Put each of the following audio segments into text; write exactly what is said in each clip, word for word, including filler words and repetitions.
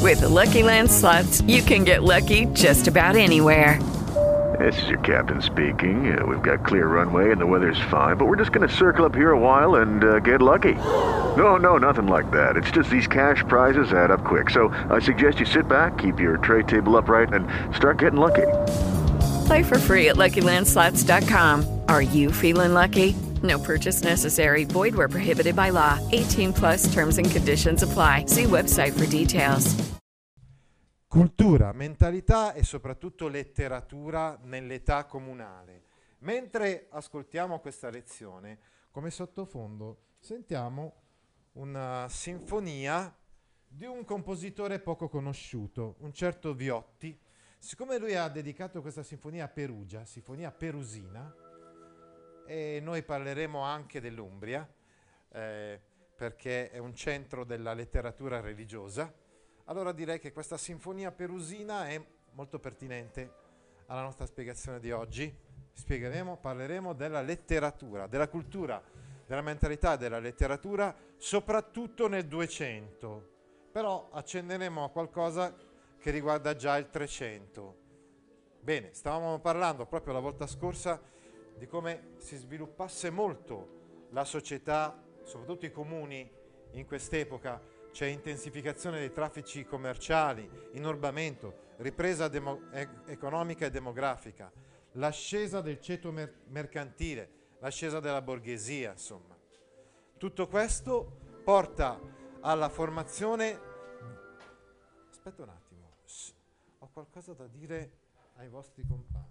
With the Lucky Land Slots, you can get lucky just about anywhere. This is your captain speaking. Uh, we've got clear runway and the weather's fine, but we're just going to circle up here a while and uh, get lucky. No, no, nothing like that. It's just these cash prizes add up quick. So I suggest you sit back, keep your tray table upright, and start getting lucky. Play for free at Lucky Land Slots dot com. Are you feeling lucky? No purchase necessary. Void where prohibited by law. eighteen plus terms and conditions apply. See website for details. Cultura, mentalità e soprattutto letteratura nell'età comunale. Mentre ascoltiamo questa lezione, come sottofondo sentiamo una sinfonia di un compositore poco conosciuto, un certo Viotti. Siccome lui ha dedicato questa sinfonia a Perugia, sinfonia perusina, e noi parleremo anche dell'Umbria, eh, perché è un centro della letteratura religiosa, allora direi che questa sinfonia perusina è molto pertinente alla nostra spiegazione di oggi. Spiegheremo, parleremo della letteratura, della cultura, della mentalità della letteratura, soprattutto nel duecento. Però accenderemo a qualcosa che riguarda già il trecento. Bene, stavamo parlando proprio la volta scorsa di come si sviluppasse molto la società, soprattutto i comuni in quest'epoca. C'è intensificazione dei traffici commerciali, inurbamento, ripresa demo- e- economica e demografica, l'ascesa del ceto mer- mercantile, l'ascesa della borghesia, insomma. Tutto questo porta alla formazione... Aspetta un attimo, Shh. Ho qualcosa da dire ai vostri compagni.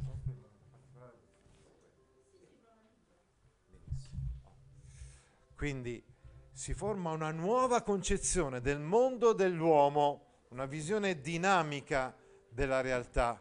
Quindi si forma una nuova concezione del mondo dell'uomo, una visione dinamica della realtà,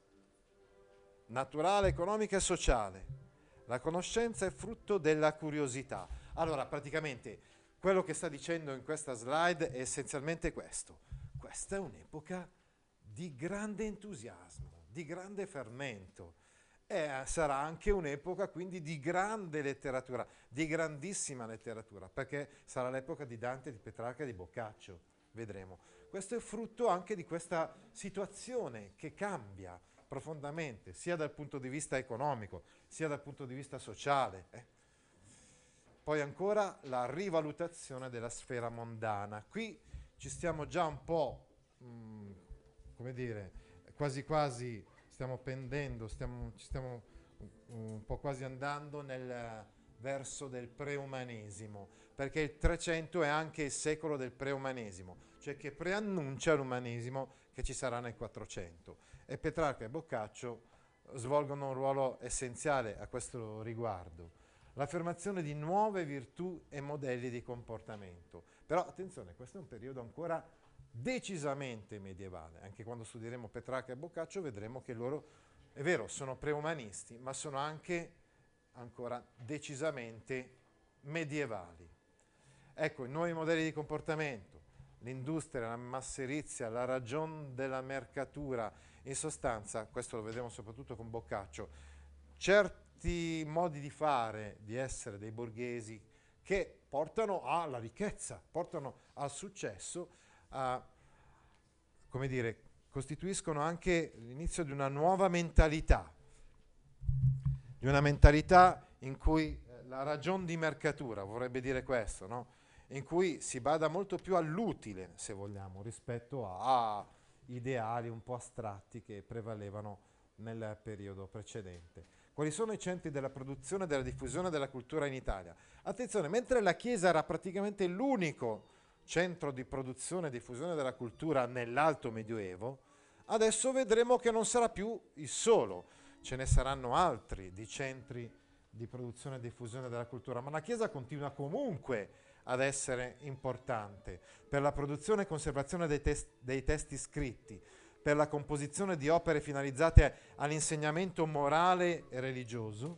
naturale, economica e sociale. La conoscenza è frutto della curiosità. Allora, praticamente, quello che sta dicendo in questa slide è essenzialmente questo. Questa è un'epoca di grande entusiasmo, di grande fermento. E sarà anche un'epoca quindi di grande letteratura, di grandissima letteratura, perché sarà l'epoca di Dante, di Petrarca e di Boccaccio, vedremo. Questo è frutto anche di questa situazione che cambia profondamente, sia dal punto di vista economico, sia dal punto di vista sociale. Eh. Poi ancora la rivalutazione della sfera mondana. Qui ci stiamo già un po', mh, come dire, quasi quasi... stiamo pendendo, stiamo, ci stiamo un, un po' quasi andando nel verso del preumanesimo, perché il trecento è anche il secolo del preumanesimo, cioè che preannuncia l'umanesimo che ci sarà nel quattrocento. E Petrarca e Boccaccio svolgono un ruolo essenziale a questo riguardo. L'affermazione di nuove virtù e modelli di comportamento. Però attenzione, questo è un periodo ancora decisamente medievale. Anche quando studieremo Petrarca e Boccaccio vedremo che loro, è vero, sono preumanisti, ma sono anche ancora decisamente medievali. Ecco, i nuovi modelli di comportamento, l'industria, la masserizia, la ragion della mercatura, in sostanza, questo lo vedremo soprattutto con Boccaccio, certi modi di fare, di essere dei borghesi che portano alla ricchezza, portano al successo, a, come dire, costituiscono anche l'inizio di una nuova mentalità, di una mentalità in cui eh, la ragion di mercatura vorrebbe dire questo, no? In cui si bada molto più all'utile, se vogliamo, rispetto a, a ideali un po' astratti che prevalevano nel periodo precedente. Quali sono i centri della produzione e della diffusione della cultura in Italia? Attenzione, mentre la Chiesa era praticamente l'unico centro di produzione e diffusione della cultura nell'Alto Medioevo, adesso vedremo che non sarà più il solo, ce ne saranno altri di centri di produzione e diffusione della cultura, ma la Chiesa continua comunque ad essere importante per la produzione e conservazione dei, tes- dei testi scritti, per la composizione di opere finalizzate all'insegnamento morale e religioso,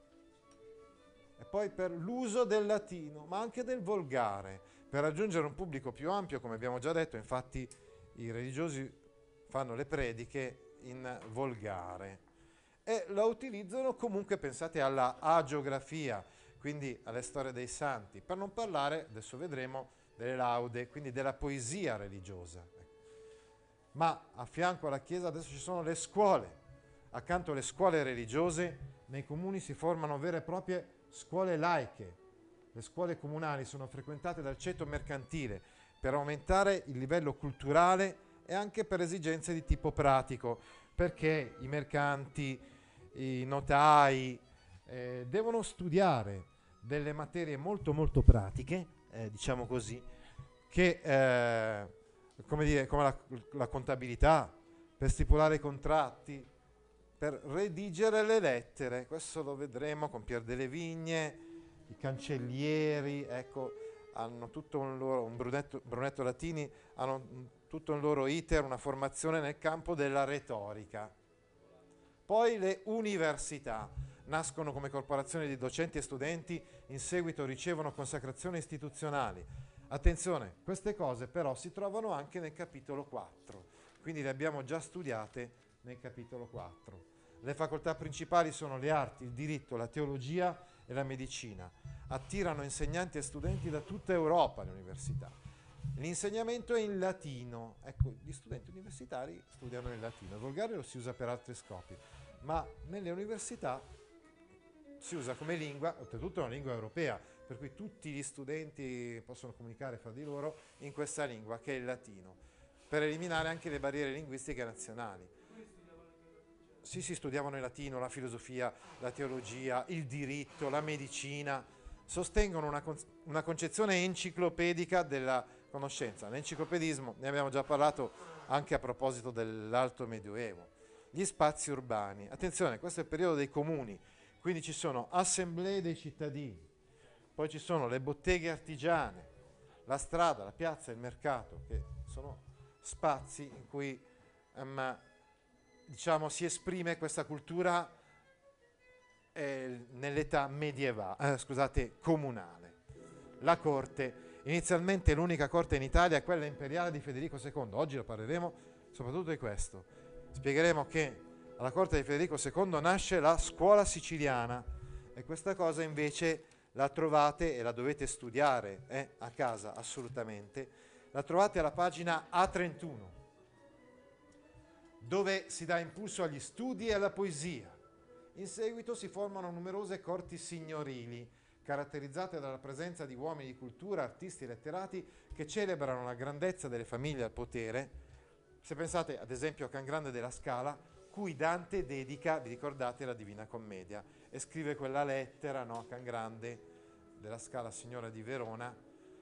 e poi per l'uso del latino, ma anche del volgare, per raggiungere un pubblico più ampio, come abbiamo già detto. Infatti i religiosi fanno le prediche in volgare e la utilizzano comunque, pensate alla agiografia, quindi alle storie dei santi, per non parlare, adesso vedremo, delle laude, quindi della poesia religiosa. ma a fianco alla chiesa adesso ci sono le scuole. Accanto alle scuole religiose, nei comuni si formano vere e proprie scuole laiche. Le scuole comunali sono frequentate dal ceto mercantile per aumentare il livello culturale e anche per esigenze di tipo pratico, perché i mercanti, i notai eh, devono studiare delle materie molto molto pratiche, eh, diciamo così, che eh, come dire, come la, la contabilità, per stipulare i contratti, per redigere le lettere. Questo lo vedremo con Pier delle Vigne, i cancellieri, ecco, hanno tutto un loro, un Brunetto, Brunetto Latini, hanno tutto un loro iter, una formazione nel campo della retorica. Poi le università nascono come corporazioni di docenti e studenti, in seguito ricevono consacrazioni istituzionali. Attenzione, queste cose però si trovano anche nel capitolo quattro, quindi le abbiamo già studiate nel capitolo quattro. Le facoltà principali sono le arti, il diritto, la teologia e la medicina. Attirano insegnanti e studenti da tutta Europa le università. L'insegnamento è in latino. Ecco, gli studenti universitari studiano in latino. Il volgare lo si usa per altri scopi, ma nelle università si usa come lingua, oltretutto è una lingua europea, per cui tutti gli studenti possono comunicare fra di loro in questa lingua, che è il latino, per eliminare anche le barriere linguistiche nazionali. Sì, sì, studiavano il latino, la filosofia, la teologia, il diritto, la medicina, sostengono una, con- una concezione enciclopedica della conoscenza. L'enciclopedismo, ne abbiamo già parlato anche a proposito dell'Alto Medioevo. Gli spazi urbani, attenzione, questo è il periodo dei comuni, quindi ci sono assemblee dei cittadini, poi ci sono le botteghe artigiane, la strada, la piazza, il mercato, che sono spazi in cui um, diciamo, si esprime questa cultura eh, nell'età medievale, eh, scusate, comunale. La corte, inizialmente l'unica corte in Italia è quella imperiale di Federico secondo. Oggi lo parleremo soprattutto di questo. Spiegheremo che alla corte di Federico secondo nasce la scuola siciliana e questa cosa invece la trovate e la dovete studiare eh, a casa assolutamente. La trovate alla pagina A trentuno. Dove si dà impulso agli studi e alla poesia. In seguito si formano numerose corti signorili, caratterizzate dalla presenza di uomini di cultura, artisti e letterati che celebrano la grandezza delle famiglie al potere. Se pensate ad esempio a Can Grande della Scala, cui Dante dedica, vi ricordate, la Divina Commedia, e scrive quella lettera, no, a Can Grande della Scala, signora di Verona,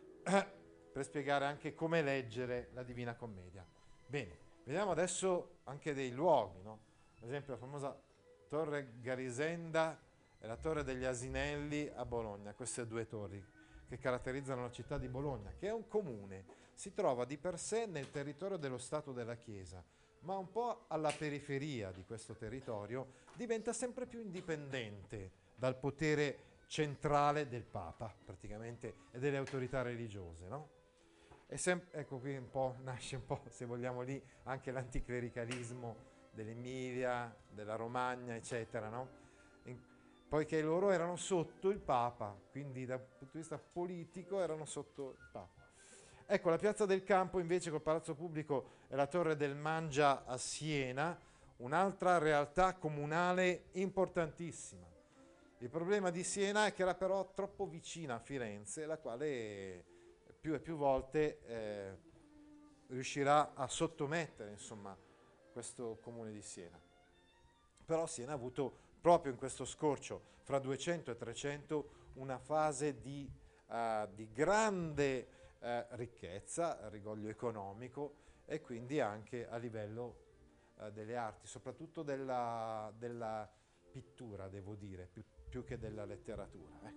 per spiegare anche come leggere la Divina Commedia. Bene. Vediamo adesso anche dei luoghi, no? Ad esempio la famosa Torre Garisenda e la Torre degli Asinelli a Bologna, queste due torri che caratterizzano la città di Bologna, che è un comune, si trova di per sé nel territorio dello Stato della Chiesa, ma un po' alla periferia di questo territorio diventa sempre più indipendente dal potere centrale del Papa, praticamente, e delle autorità religiose, no? E sem- ecco qui un po' nasce un po', se vogliamo lì, anche l'anticlericalismo dell'Emilia, della Romagna, eccetera, no? In, poiché loro erano sotto il Papa, quindi dal punto di vista politico erano sotto il Papa. Ecco, la Piazza del Campo invece col Palazzo Pubblico e la Torre del Mangia a Siena, un'altra realtà comunale importantissima. Il problema di Siena è che era però troppo vicina a Firenze, la quale più e più volte eh, riuscirà a sottomettere, insomma, questo comune di Siena. Però Siena ha avuto proprio in questo scorcio fra duecento e trecento una fase di, uh, di grande uh, ricchezza, rigoglio economico e quindi anche a livello uh, delle arti, soprattutto della, della pittura, devo dire, più, più che della letteratura. Eh.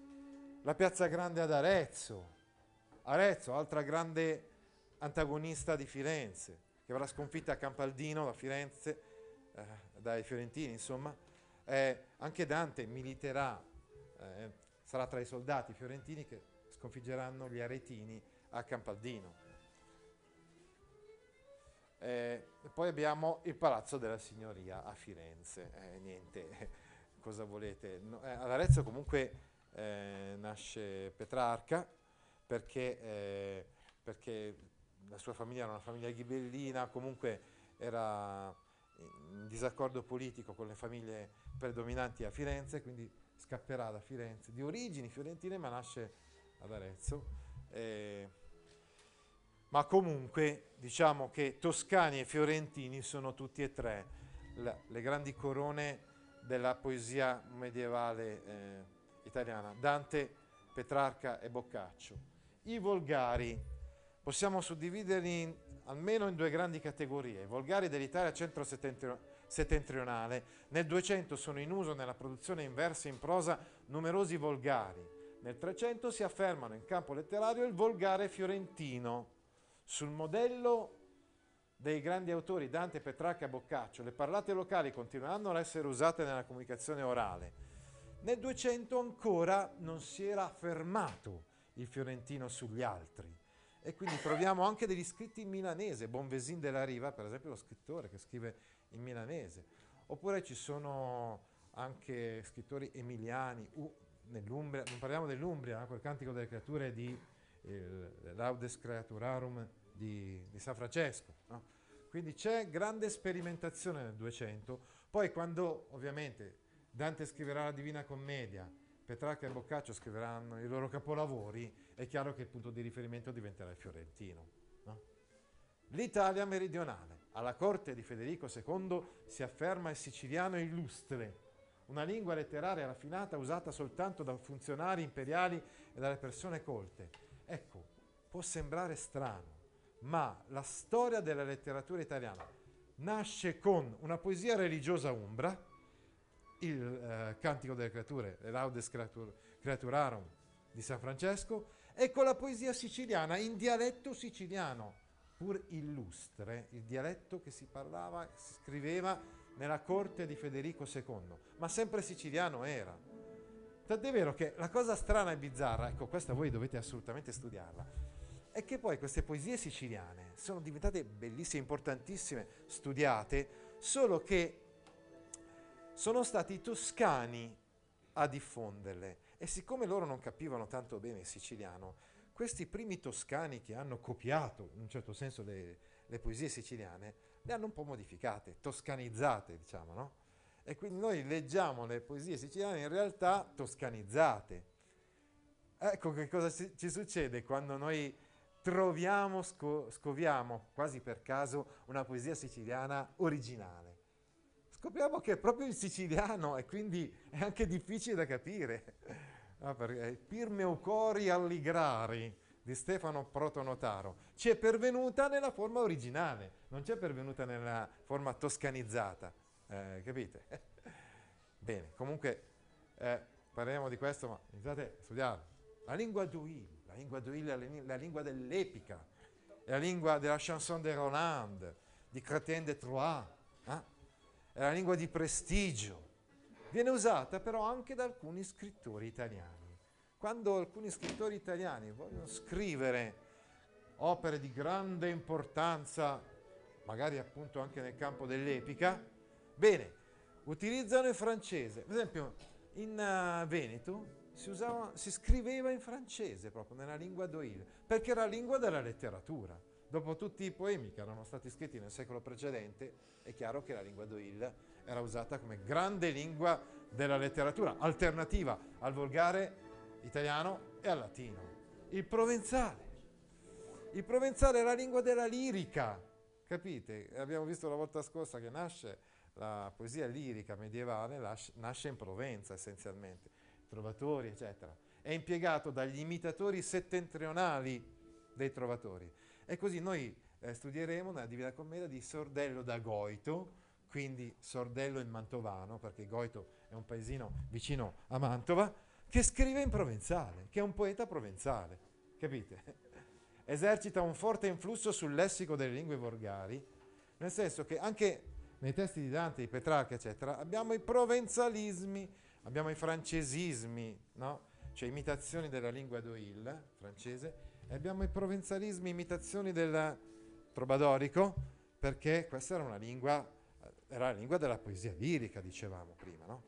La Piazza Grande ad Arezzo, Arezzo, altra grande antagonista di Firenze, che verrà sconfitta a Campaldino da Firenze, eh, dai fiorentini, insomma. Eh, anche Dante militerà, eh, sarà tra i soldati fiorentini che sconfiggeranno gli aretini a Campaldino. Eh, e poi abbiamo il Palazzo della Signoria a Firenze. Eh, niente, cosa volete? No, eh, ad Arezzo comunque eh, nasce Petrarca, perché, eh, perché la sua famiglia era una famiglia ghibellina, comunque era in disaccordo politico con le famiglie predominanti a Firenze, quindi scapperà da Firenze, di origini fiorentine ma nasce ad Arezzo. Eh, ma comunque diciamo che toscani e fiorentini sono tutti e tre la, le grandi corone della poesia medievale eh, italiana, Dante, Petrarca e Boccaccio. I volgari possiamo suddividerli in, almeno in due grandi categorie. I volgari dell'Italia centro-settentrionale nel duecento sono in uso nella produzione in verso e in prosa numerosi volgari. Nel trecento si affermano in campo letterario il volgare fiorentino. Sul modello dei grandi autori Dante, Petrarca e Boccaccio, le parlate locali continueranno ad essere usate nella comunicazione orale. Nel duecento ancora non si era affermato il fiorentino sugli altri e quindi troviamo anche degli scritti in milanese, Bonvesin della Riva, per esempio, lo scrittore che scrive in milanese, oppure ci sono anche scrittori emiliani, uh, nell'Umbria, non parliamo dell'Umbria, eh, quel cantico delle creature di eh, Laudes Creaturarum di, di San Francesco, no? Quindi c'è grande sperimentazione nel duecento. Poi quando ovviamente Dante scriverà la Divina Commedia, Petrarca e Boccaccio scriveranno i loro capolavori, è chiaro che il punto di riferimento diventerà il fiorentino, no? L'Italia meridionale, alla corte di Federico secondo si afferma il siciliano illustre, una lingua letteraria raffinata usata soltanto da funzionari imperiali e dalle persone colte. Ecco, può sembrare strano, ma la storia della letteratura italiana nasce con una poesia religiosa umbra, il eh, Cantico delle Creature, le Laudes Creatur- Creaturarum di San Francesco, e con la poesia siciliana in dialetto siciliano, pur illustre, il dialetto che si parlava, si scriveva nella corte di Federico secondo, ma sempre siciliano era. Tant'è vero che la cosa strana e bizzarra, ecco, questa voi dovete assolutamente studiarla, è che poi queste poesie siciliane sono diventate bellissime, importantissime, studiate, solo che sono stati i toscani a diffonderle e siccome loro non capivano tanto bene il siciliano, questi primi toscani che hanno copiato in un certo senso le, le poesie siciliane le hanno un po' modificate, toscanizzate, diciamo, no? E quindi noi leggiamo le poesie siciliane in realtà toscanizzate. Ecco che cosa ci, ci succede quando noi troviamo, sco, scoviamo quasi per caso una poesia siciliana originale. Scopriamo che è proprio il siciliano e quindi è anche difficile da capire. No, perché Pirmeu cori alligrari di Stefano Protonotaro ci è pervenuta nella forma originale, non ci è pervenuta nella forma toscanizzata, eh, capite? Bene, comunque eh, parliamo di questo, ma iniziate a studiare. La lingua d'Ouïl, la lingua d'Ouïl è la lingua dell'epica, è la lingua della chanson de Roland, di Chrétien de Troyes, eh? È la lingua di prestigio. Viene usata però anche da alcuni scrittori italiani. Quando alcuni scrittori italiani vogliono scrivere opere di grande importanza, magari appunto anche nel campo dell'epica, bene, utilizzano il francese. Per esempio, in uh, Veneto si, usava, si scriveva in francese proprio nella lingua d'Ouïl, perché era la lingua della letteratura. Dopo tutti i poemi che erano stati scritti nel secolo precedente, è chiaro che la lingua d'Ouïl era usata come grande lingua della letteratura, alternativa al volgare italiano e al latino. Il provenzale. Il provenzale è la lingua della lirica, capite? Abbiamo visto la volta scorsa che nasce la poesia lirica medievale, nasce in Provenza essenzialmente, trovatori, eccetera. È impiegato dagli imitatori settentrionali dei trovatori. E così noi eh, studieremo nella Divina Commedia di Sordello da Goito, quindi Sordello il Mantovano, perché Goito è un paesino vicino a Mantova, che scrive in provenzale, che è un poeta provenzale, capite? Esercita un forte influsso sul lessico delle lingue volgari, nel senso che anche nei testi di Dante, di Petrarca, eccetera, abbiamo i provenzalismi, abbiamo i francesismi, no? Cioè imitazioni della lingua d'Ouïl, francese, e abbiamo i provenzalismi, imitazioni del trobadorico, perché questa era una lingua, era la lingua della poesia lirica, dicevamo prima, no?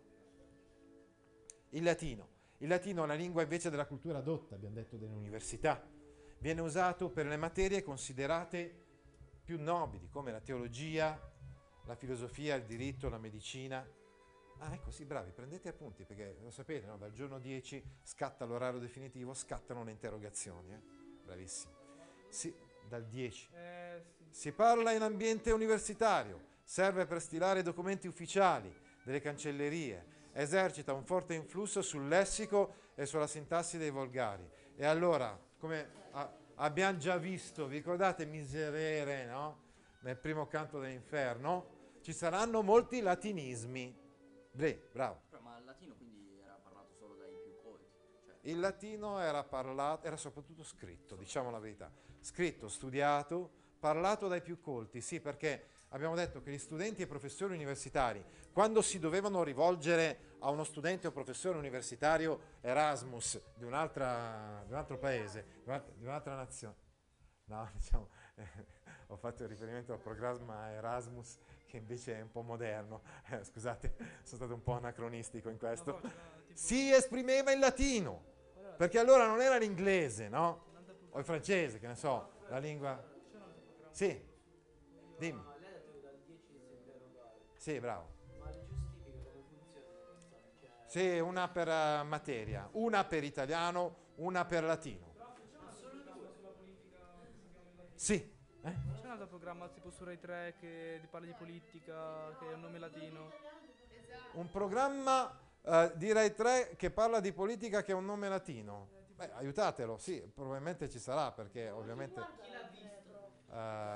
Il latino. Il latino è la lingua invece della cultura dotta, abbiamo detto, delle università. viene usato per le materie considerate più nobili, come la teologia, la filosofia, il diritto, la medicina. Ah, ecco, sì, bravi, prendete appunti, perché lo sapete, no? Dal giorno dieci scatta l'orario definitivo, scattano le interrogazioni, eh? Bravissimi. Sì, dal dieci. Eh, sì. Si parla in ambiente universitario, serve per stilare documenti ufficiali delle cancellerie, esercita un forte influsso sul lessico e sulla sintassi dei volgari. E allora, come a, abbiamo già visto, vi ricordate Miserere, no? Nel primo canto dell'inferno, ci saranno molti latinismi. Bre, bravo. Ma il latino quindi era parlato solo dai più colti? Cioè... Il latino era parlato, era soprattutto scritto, diciamo la verità. Scritto, studiato, parlato dai più colti, sì, perché abbiamo detto che gli studenti e professori universitari, quando si dovevano rivolgere a uno studente o professore universitario Erasmus di, un'altra, di un altro paese, di un'altra nazione, no, diciamo, eh, ho fatto riferimento al programma Erasmus, che invece è un po' moderno, eh, scusate, sono stato un po' anacronistico in questo, No, però c'era tipo- si esprimeva in latino, perché allora non era l'inglese, no? O il francese, che ne so, la lingua... Sì, dimmi. Ma lei ha detto che dal dieci si interrogare. Sì, bravo. Ma le giustifiche come funzionano? Cioè, Sì, una per uh, materia, una per italiano, una per latino. Sì. Eh? C'è un altro programma tipo su Rai tre che parla di politica, che è un nome latino. Un programma uh, di Rai tre che parla di politica che ha un nome latino. Beh, aiutatelo, sì, probabilmente ci sarà, perché ovviamente... Uh,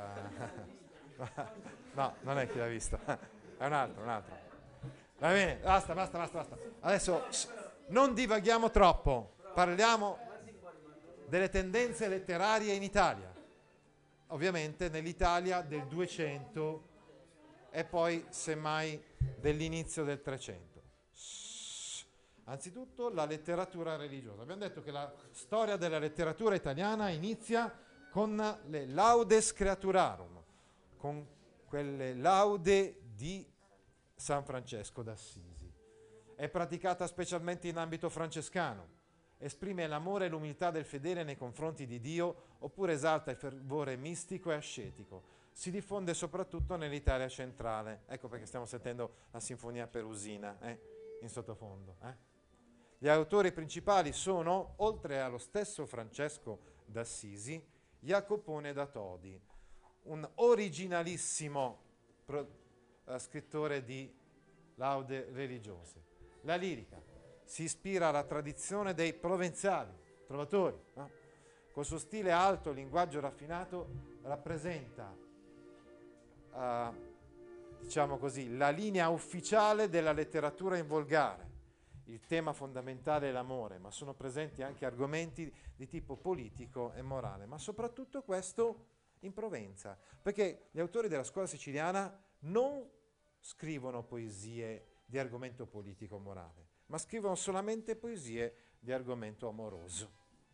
no, non è chi l'ha visto, è un altro, un altro. Va bene, basta, basta, basta, basta. Adesso s- non divaghiamo troppo, parliamo delle tendenze letterarie in Italia. Ovviamente nell'Italia del duecento e poi semmai dell'inizio del trecento. Anzitutto la letteratura religiosa. Abbiamo detto che la storia della letteratura italiana inizia con le Laudes Creaturarum, con quelle laude di San Francesco d'Assisi. È praticata specialmente in ambito francescano, esprime l'amore e l'umiltà del fedele nei confronti di Dio, oppure esalta il fervore mistico e ascetico. Si diffonde soprattutto nell'Italia centrale. Ecco perché stiamo sentendo la Sinfonia Perusina eh, in sottofondo. Eh. Gli autori principali sono, oltre allo stesso Francesco d'Assisi, Jacopone da Todi, un originalissimo pro, uh, scrittore di laude religiose. La lirica si ispira alla tradizione dei provenzali, trovatori, no? Col suo stile alto e linguaggio raffinato rappresenta, uh, diciamo così, la linea ufficiale della letteratura in volgare. Il tema fondamentale è l'amore, ma sono presenti anche argomenti di tipo politico e morale, ma soprattutto questo in Provenza, perché gli autori della scuola siciliana non scrivono poesie di argomento politico-morale, ma scrivono solamente poesie di argomento amoroso.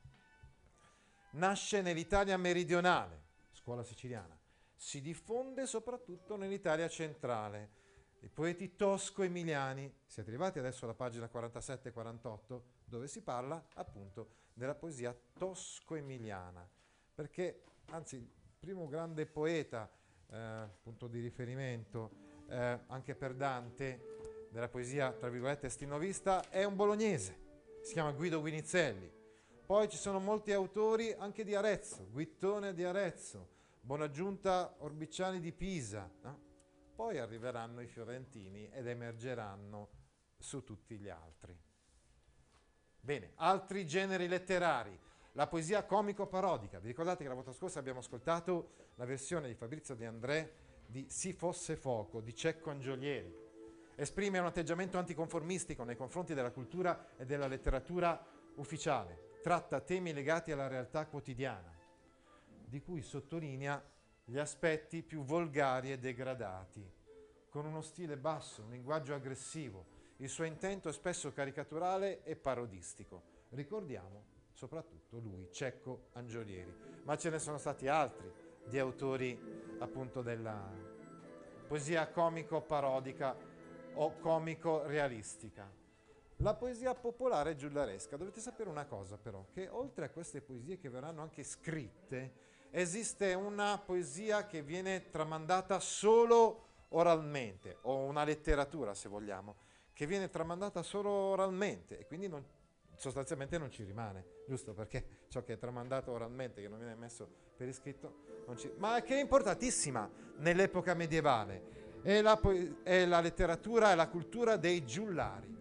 Nasce nell'Italia meridionale, scuola siciliana, si diffonde soprattutto nell'Italia centrale. I poeti tosco-emiliani, siete arrivati adesso alla pagina quarantasette quarantotto, dove si parla appunto della poesia tosco-emiliana, perché anzi il primo grande poeta, eh, punto di riferimento eh, anche per Dante, della poesia tra virgolette stinovista, è un bolognese, si chiama Guido Guinizelli. Poi ci sono molti autori anche di Arezzo, Guittone di Arezzo, Bonaggiunta Orbiciani di Pisa, no? Poi arriveranno i fiorentini ed emergeranno su tutti gli altri. Bene, altri generi letterari. La poesia comico-parodica. Vi ricordate che la volta scorsa abbiamo ascoltato la versione di Fabrizio De André di Si fosse fuoco, di Cecco Angiolieri. Esprime un atteggiamento anticonformistico nei confronti della cultura e della letteratura ufficiale. Tratta temi legati alla realtà quotidiana, di cui sottolinea gli aspetti più volgari e degradati, con uno stile basso, un linguaggio aggressivo. Il suo intento è spesso caricaturale e parodistico. Ricordiamo soprattutto lui, Cecco Angiolieri, ma ce ne sono stati altri di autori appunto della poesia comico-parodica o comico-realistica. La poesia popolare giullaresca. Dovete sapere una cosa però, che oltre a queste poesie che verranno anche scritte, esiste una poesia che viene tramandata solo oralmente, o una letteratura se vogliamo, che viene tramandata solo oralmente e quindi non, sostanzialmente non ci rimane, giusto? Perché ciò che è tramandato oralmente, che non viene messo per iscritto, non ci, ma che è importantissima nell'epoca medievale, è la, poe- è la letteratura e la cultura dei giullari.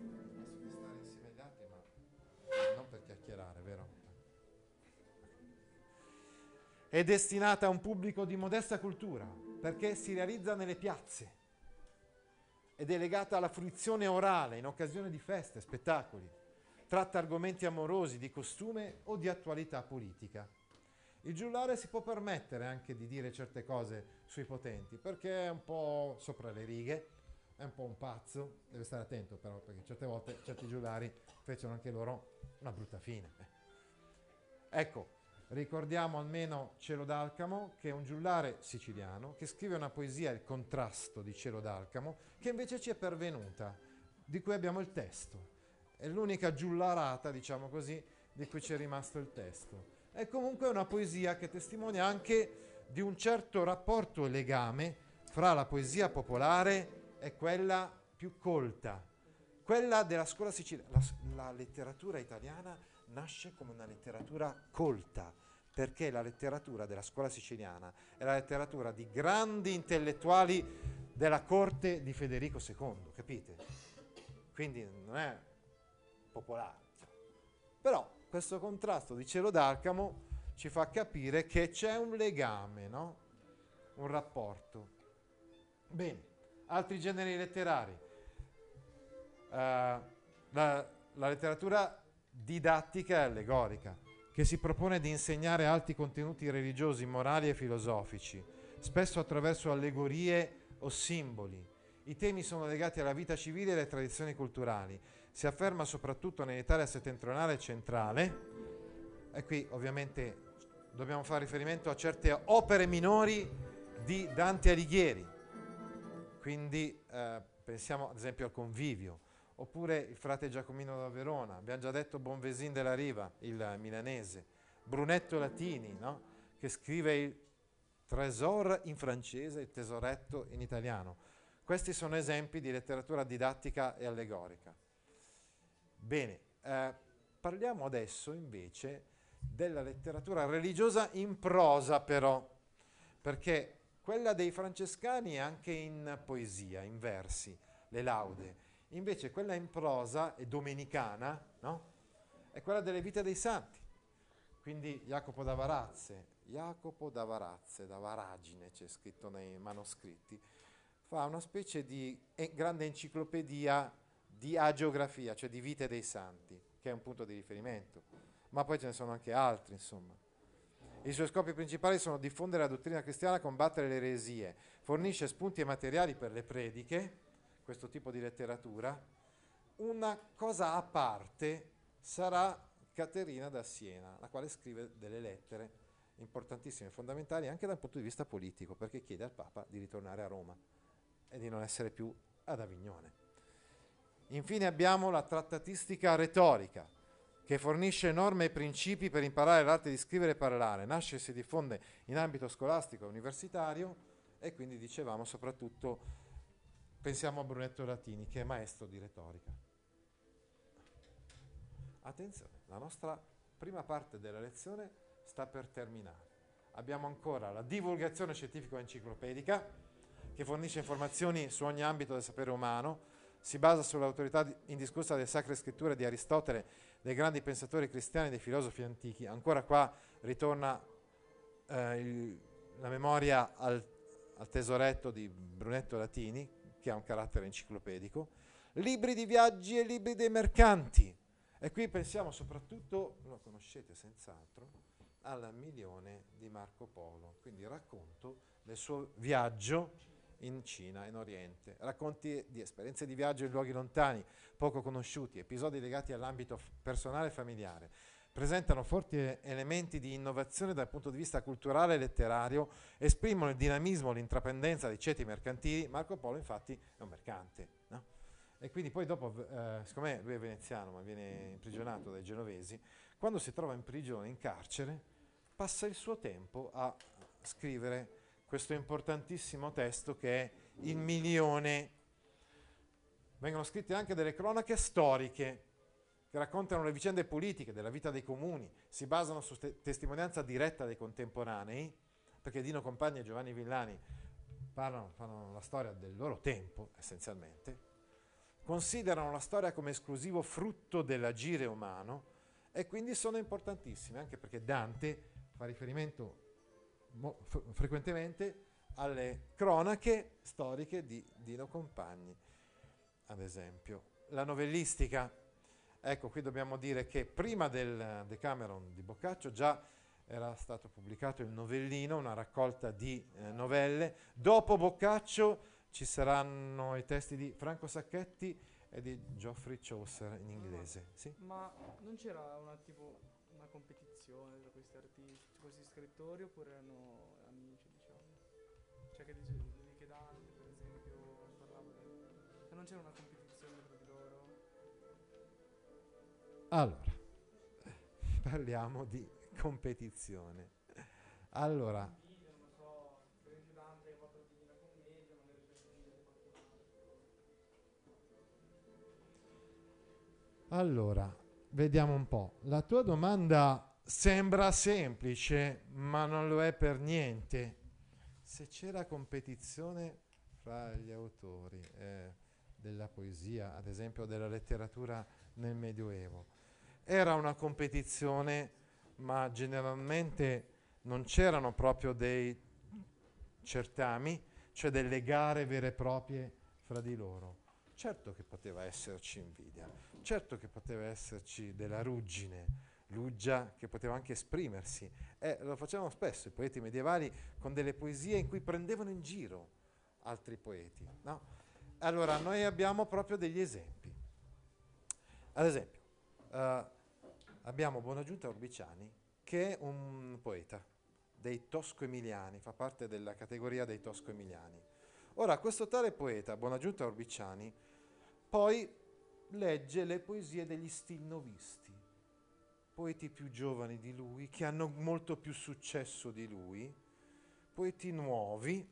Non per chiacchierare, vero? È destinata a un pubblico di modesta cultura perché si realizza nelle piazze ed è legata alla fruizione orale in occasione di feste, spettacoli. Tratta argomenti amorosi, di costume o di attualità politica. Il giullare si può permettere anche di dire certe cose sui potenti perché è un po' sopra le righe, è un po' un pazzo, deve stare attento però perché certe volte certi giullari fecero anche loro una brutta fine. Ecco, ricordiamo almeno Cielo d'Alcamo, che è un giullare siciliano, che scrive una poesia, Il contrasto di Cielo d'Alcamo, che invece ci è pervenuta, di cui abbiamo il testo. È l'unica giullarata, diciamo così, di cui ci è rimasto il testo. È comunque una poesia che testimonia anche di un certo rapporto e legame fra la poesia popolare e quella più colta, quella della scuola siciliana. La, la letteratura italiana nasce come una letteratura colta, perché la letteratura della scuola siciliana è la letteratura di grandi intellettuali della corte di Federico secondo, capite? Quindi non è popolare. Però questo contrasto di Cielo d'Alcamo ci fa capire che c'è un legame, no? Un rapporto. Bene, altri generi letterari. Uh, la, la letteratura didattica e allegorica, che si propone di insegnare alti contenuti religiosi, morali e filosofici, spesso attraverso allegorie o simboli. I temi sono legati alla vita civile e alle tradizioni culturali. Si afferma soprattutto nell'Italia settentrionale e centrale, e qui ovviamente dobbiamo fare riferimento a certe opere minori di Dante Alighieri, quindi eh, pensiamo ad esempio al Convivio, oppure il frate Giacomino da Verona, abbiamo già detto Bonvesin della Riva, il milanese, Brunetto Latini, no? Che scrive il Trésor in francese, il tesoretto in italiano. Questi sono esempi di letteratura didattica e allegorica. Bene, eh, parliamo adesso invece della letteratura religiosa in prosa però, perché quella dei francescani è anche in poesia, in versi, le laude. Invece quella in prosa e domenicana, no? È quella delle vite dei santi. Quindi Jacopo da Varazze, Jacopo da Varazze, da Varagine c'è scritto nei manoscritti, fa una specie di e- grande enciclopedia di agiografia, cioè di vite dei santi, che è un punto di riferimento. Ma poi ce ne sono anche altri, insomma. I suoi scopi principali sono diffondere la dottrina cristiana, combattere le eresie, fornisce spunti e materiali per le prediche, questo tipo di letteratura. Una cosa a parte sarà Caterina da Siena, la quale scrive delle lettere importantissime, fondamentali anche dal punto di vista politico, perché chiede al Papa di ritornare a Roma e di non essere più ad Avignone. Infine abbiamo la trattatistica retorica, che fornisce norme e principi per imparare l'arte di scrivere e parlare. Nasce e si diffonde in ambito scolastico e universitario e quindi dicevamo soprattutto, pensiamo a Brunetto Latini, che è maestro di retorica. Attenzione, la nostra prima parte della lezione sta per terminare. Abbiamo ancora la divulgazione scientifico-enciclopedica, che fornisce informazioni su ogni ambito del sapere umano, si basa sull'autorità indiscussa delle sacre scritture di Aristotele, dei grandi pensatori cristiani e dei filosofi antichi. Ancora qua ritorna eh, il, la memoria al, al tesoretto di Brunetto Latini, che ha un carattere enciclopedico, libri di viaggi e libri dei mercanti. E qui pensiamo soprattutto, lo conoscete senz'altro, al Milione di Marco Polo, quindi racconto del suo viaggio in Cina, in Oriente, racconti di esperienze di viaggio in luoghi lontani, poco conosciuti, episodi legati all'ambito f- personale e familiare. Presentano forti elementi di innovazione dal punto di vista culturale e letterario, esprimono il dinamismo, l'intraprendenza dei ceti mercantili. Marco Polo infatti è un mercante, no? e quindi poi dopo, eh, siccome lui è veneziano ma viene imprigionato dai genovesi, quando si trova in prigione, in carcere, passa il suo tempo a scrivere questo importantissimo testo che è Il Milione. Vengono scritte anche delle cronache storiche che raccontano le vicende politiche della vita dei comuni, si basano su te- testimonianza diretta dei contemporanei, perché Dino Compagni e Giovanni Villani parlano, fanno la storia del loro tempo, essenzialmente, considerano la storia come esclusivo frutto dell'agire umano e quindi sono importantissime, anche perché Dante fa riferimento mo- f- frequentemente alle cronache storiche di Dino Compagni, ad esempio. La novellistica, ecco, qui dobbiamo dire che prima del Decameron di Boccaccio già era stato pubblicato il Novellino, una raccolta di eh, novelle. Dopo Boccaccio ci saranno i testi di Franco Sacchetti e di Geoffrey Chaucer in inglese. Sì? Ma non c'era una tipo una competizione tra questi artisti, questi scrittori, oppure erano amici, diciamo? Cioè che dice che Dante, per esempio, parlava di... che non c'era una competizione tra di loro? Allora, parliamo di competizione. Allora, allora, vediamo un po'. La tua domanda sembra semplice, ma non lo è per niente. Se c'era competizione fra gli autori eh, della poesia, ad esempio della letteratura nel Medioevo, era una competizione, ma generalmente non c'erano proprio dei certami, cioè delle gare vere e proprie fra di loro. Certo che poteva esserci invidia, certo che poteva esserci della ruggine, l'uggia che poteva anche esprimersi. E lo facevano spesso i poeti medievali con delle poesie in cui prendevano in giro altri poeti, no? Allora, noi abbiamo proprio degli esempi. Ad esempio, uh, abbiamo Buonaggiunta Orbiciani, che è un poeta dei Tosco-Emiliani, fa parte della categoria dei Tosco-Emiliani. Ora, questo tale poeta, Buonaggiunta Orbiciani, poi legge le poesie degli stilnovisti, poeti più giovani di lui, che hanno molto più successo di lui, poeti nuovi,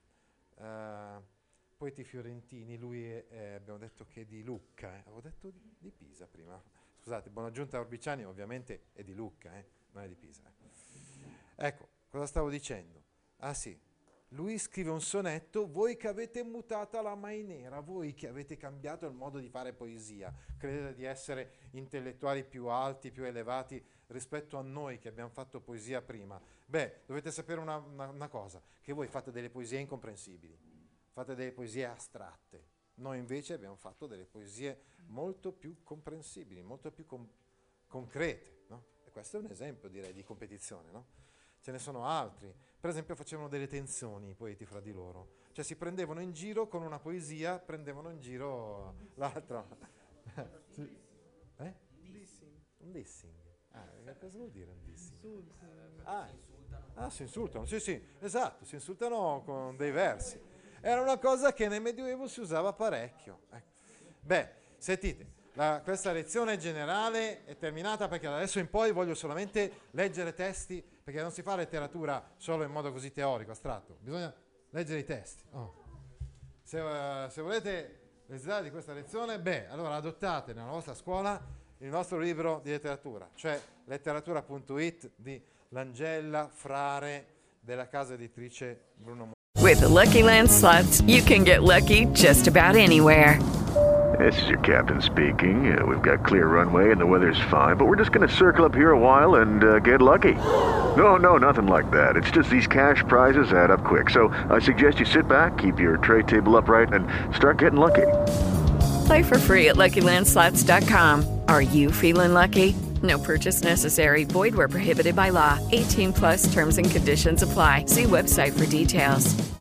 eh, poeti fiorentini. Lui è, è, abbiamo detto che è di Lucca, eh. avevo detto di, di Pisa prima. Scusate, Buonaggiunta Orbiciani ovviamente è di Lucca, eh, non è di Pisa. Eh. Ecco, cosa stavo dicendo? Ah sì, lui scrive un sonetto: voi che avete mutata la mainera, voi che avete cambiato il modo di fare poesia, credete di essere intellettuali più alti, più elevati rispetto a noi che abbiamo fatto poesia prima. Beh, dovete sapere una, una, una cosa, che voi fate delle poesie incomprensibili, fate delle poesie astratte. Noi invece abbiamo fatto delle poesie molto più comprensibili, molto più com- concrete, no? E questo è un esempio, direi, di competizione, no? Ce ne sono altri. Per esempio facevano delle tensioni i poeti fra di loro, cioè si prendevano in giro con una poesia, prendevano in giro l'altro. Sì. Eh? Un dissing. Ah, cosa vuol dire un dissing? Ah, ah, si insultano, sì sì, esatto, si insultano con dei versi. Era una cosa che nel Medioevo si usava parecchio. Ecco. Beh, sentite, la, questa lezione generale è terminata, perché da adesso in poi voglio solamente leggere testi, perché non si fa letteratura solo in modo così teorico, astratto, bisogna leggere i testi. Oh. Se, uh, se volete i risultati di questa lezione, beh, allora adottate nella vostra scuola il nostro libro di letteratura, cioè letteratura punto it di Langella Frare, della casa editrice Bruno Mo. With the Lucky Land Slots, you can get lucky just about anywhere. This is your captain speaking. Uh, we've got clear runway and the weather's fine, but we're just going to circle up here a while and uh, get lucky. No, no, nothing like that. It's just these cash prizes add up quick. So I suggest you sit back, keep your tray table upright, and start getting lucky. Play for free at Lucky Land Slots dot com. Are you feeling lucky? No purchase necessary. Void where prohibited by law. eighteen plus terms and conditions apply. See website for details.